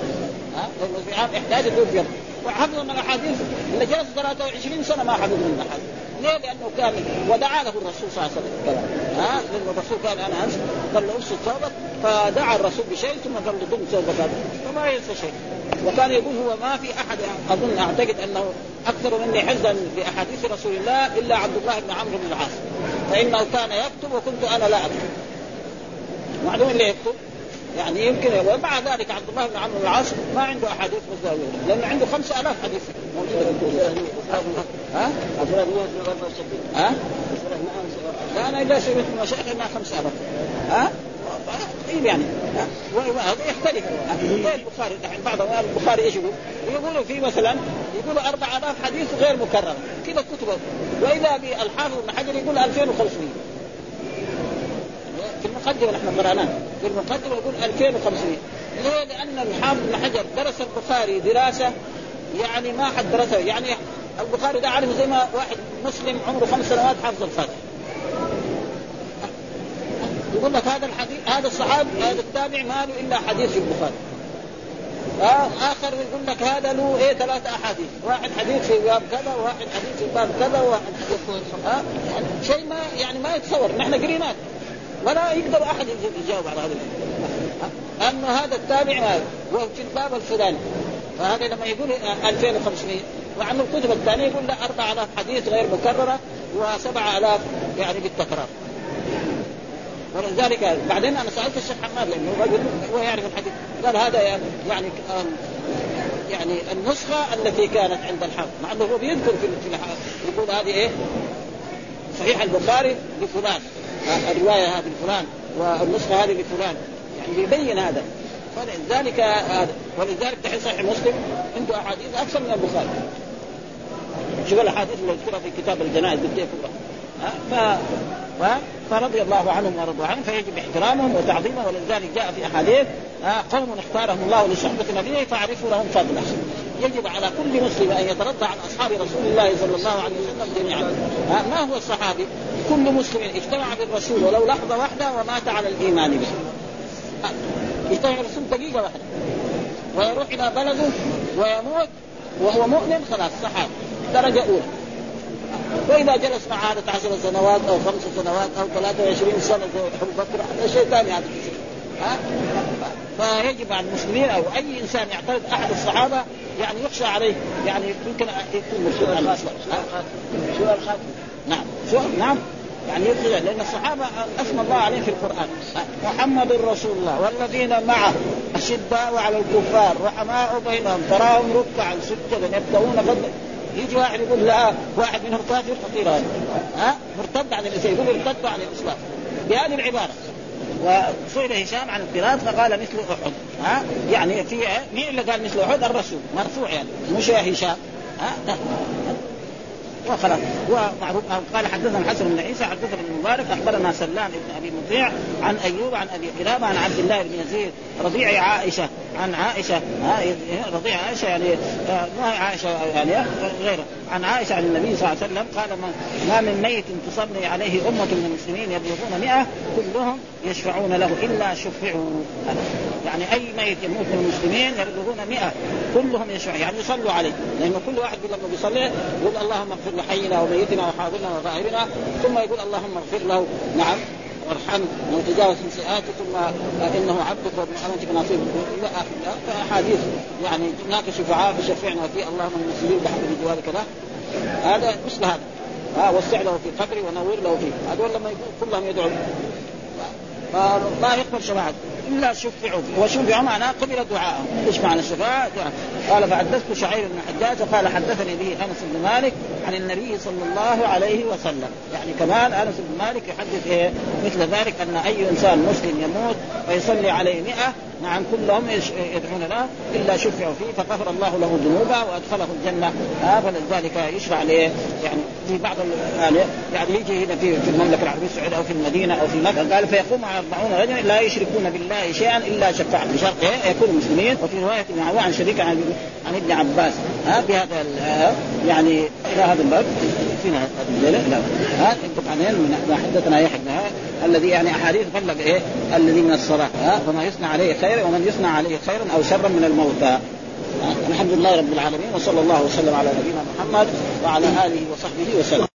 لأنه في عام 11 توفي وحفظ من الأحاديث اللي جلس 23 سنة ما حفظ من الأحاديث. ليه؟ لأنه كان ودعا له الرسول صلى الله عليه وسلم كلام لأن الرسول قال أنا أنسى قال له أبسط ثوبك فدعا الرسول بشيء ثم قال له ضم ثوبك هذا فما ينسى شيء. وكان يقول هو ما في أحد أظن أعتقد أنه أكثر مني حفظا بأحاديث رسول الله إلا عبد الله بن عمرو بن العاص فإنه كان يكتب وكنت أنا لا أكتب. معلوم اللي يكتب يعني يمكن ومع ذلك عبد الله بن عمرو بن العاص ما عنده أحاديث مزدوجة لأنه عنده 5000 حديث موجودة. لا أنا إذا سمعت من مشايخ إنها 5000 يعني وهذا يختلف. البخاري الحين بعض البخاري إيش يقولوا فيه مثلا يقولوا 4000 حديث غير مكرر كذا كتبه وإذا بالحافظ ابن حجر يقول 2500 المقدمة نحن قرأناها في المقدمة يقول 2500. ليه؟ لأن الحافظ بن حجر درس البخاري دراسة يعني ما حد درسه. يعني البخاري ده عالم زي ما واحد مسلم عمره 5 سنوات حافظ الفاتحة. يقول لك هذا الحديث، هذا الصحابي هذا التابع ما له إلا حديث في البخاري. آخر يقول لك هذا له 3 أحاديث، واحد حديث في باب كذا، وواحد حديث في باب كذا، وواحد حديث يعني شيء ما يعني ما يتصور. نحن قريناه ولا يقدر أحد يجاوب على هذا أنه هذا التابع وفي الباب الفلاني. فهذا لما يقول 2500 وعن الكتب الثانية يقول له 4000 حديث غير مكررة و7000 يعني بالتكرار. ولذلك بعدين أنا سألت الشيخ حماد لأنه رجل هو يعرف الحديث، قال هذا يعني النسخة التي كانت عند الحافظ، مع أنه هو بيذكر في يقول هذه صحيح البخاري لفلان، الرواية هذه لفلان والنسخة هذه لفلان، يعني بيبين هذا. فلذلك ولذلك تحس صحيح مسلم عنده أحاديث أكثر من البخاري. شوف الأحاديث اللي يذكرها في كتاب الجنائز بالديه كلها. فرضي الله عنهم ورضوا عنه، فيجب احترامهم وتعظيمهم. ولذلك جاء في أحاديث قوم اختارهم الله لصحبة نبيه فاعرفوا لهم فضلا. يجب على كل مسلم أن يترضى عن أصحاب رسول الله صلى الله عليه وسلم جميعا. ما هو الصحابي؟ كل مسلم اجتمع بالرسول ولو لحظة واحدة ومات على الإيمان به. يجتمع الرسول دقيقة واحدة ويروح إلى بلده ويموت وهو مؤمن، خلاص صحابي درجة أولى. وإذا جلس مع هذا 10 سنوات أو 5 سنوات أو 23 سنة زي أبو بكر هذا شيء ثاني. هذا فيجب على المسلمين أو أي إنسان يعترض أحد الصحابة يعني يخشى عليه، يعني يمكن يكون مسؤول عن الإسلام. سؤال خاطئ. نعم سؤال نعم يعني يخشى، لأن الصحابة أسمى الله عليه في القرآن محمد رسول الله والذين معه أشداء على الكفار رحماء بينهم تراهم ركعا سجدا يبتغون فضلا. يجي واحد يقول لا واحد منهم كافر خطير هذا مرتد عن الإسلام، يقول ارتد عن الإسلام بهذه العبارة. وسئل هشام عن القراءات فقال مثل أحد. يعني في مين اللي قال مثل أحد؟ الرسول مرفوع يعني مش يا هشام. وخلاص ومعروف. قال حدثنا الحسن بن عيسى حدثنا ابن مبارك أخبرنا سلام بن أبي مطيع عن أيوب عن أبي قلابة عن عبد الله بن يزيد رضيع عائشة عن عائشة رضيع عائشة يعني ما عائشة يعني غيره عن عائشة عن النبي صلى الله عليه وسلم قال ما من ميت تصلي عليه أمة من المسلمين يبلغون 100 كلهم يشفعون له إلا شفعوا. يعني أي ميت يموت من المسلمين يبلغون 100 كلهم يشفعون يعني يصلوا عليه، لأن كل واحد لما بيصلي يقول اللهم اغفر لحينا وميتنا وحاضرنا وغائبنا، ثم يقول اللهم اغفر له نعم وارحمه وتجاوز من سيئاته ثم انه عبدك وابن امتك نصيب الى اخر احاديث. يعني هناك شفعاء فشفعنا فيه اللهم المسلمين بحمد جوارك له. هذا مثل هذا وسع له في قبري ونور له فيه. هذول لما كلهم يدعون فما يقبل شفاعة إلا شفعوا فيه. وشفعوا معناه قبل دعاءهم. إيش معنى الشفاعة؟ قال فحدثت شعير بن حجاج قال حدثني به أنس بن مالك عن النبي صلى الله عليه وسلم. يعني كمان أنس بن مالك يحدث مثل ذلك أن أي إنسان مسلم يموت ويصلي عليه 100 نعم كلهم يدعون له إلا شفعوا فيه فغفر الله له ذنوبه وأدخله الجنة. فلذلك يشرع له يعني في بعض يعني يجي هنا في المملكة العربية السعودية أو في المدينة أو في مكة قال فيقوم 40 رجلا لا يشركون بالله شيئا إلا شفع بشرط يكونوا مسلمين. وفي رواية عن شريك عن ابن عباس بهذا يعني إلى هذا الباب فينا هذا ما حدثنا يحيى الذي يعني أحاديث بلغ الذي من الصلاة فما يصنع عليه خير ومن يصنع عليه خيرا أو شرا من الموتى. الحمد لله رب العالمين وصلى الله وسلم على نبينا محمد وعلى آله وصحبه وسلم.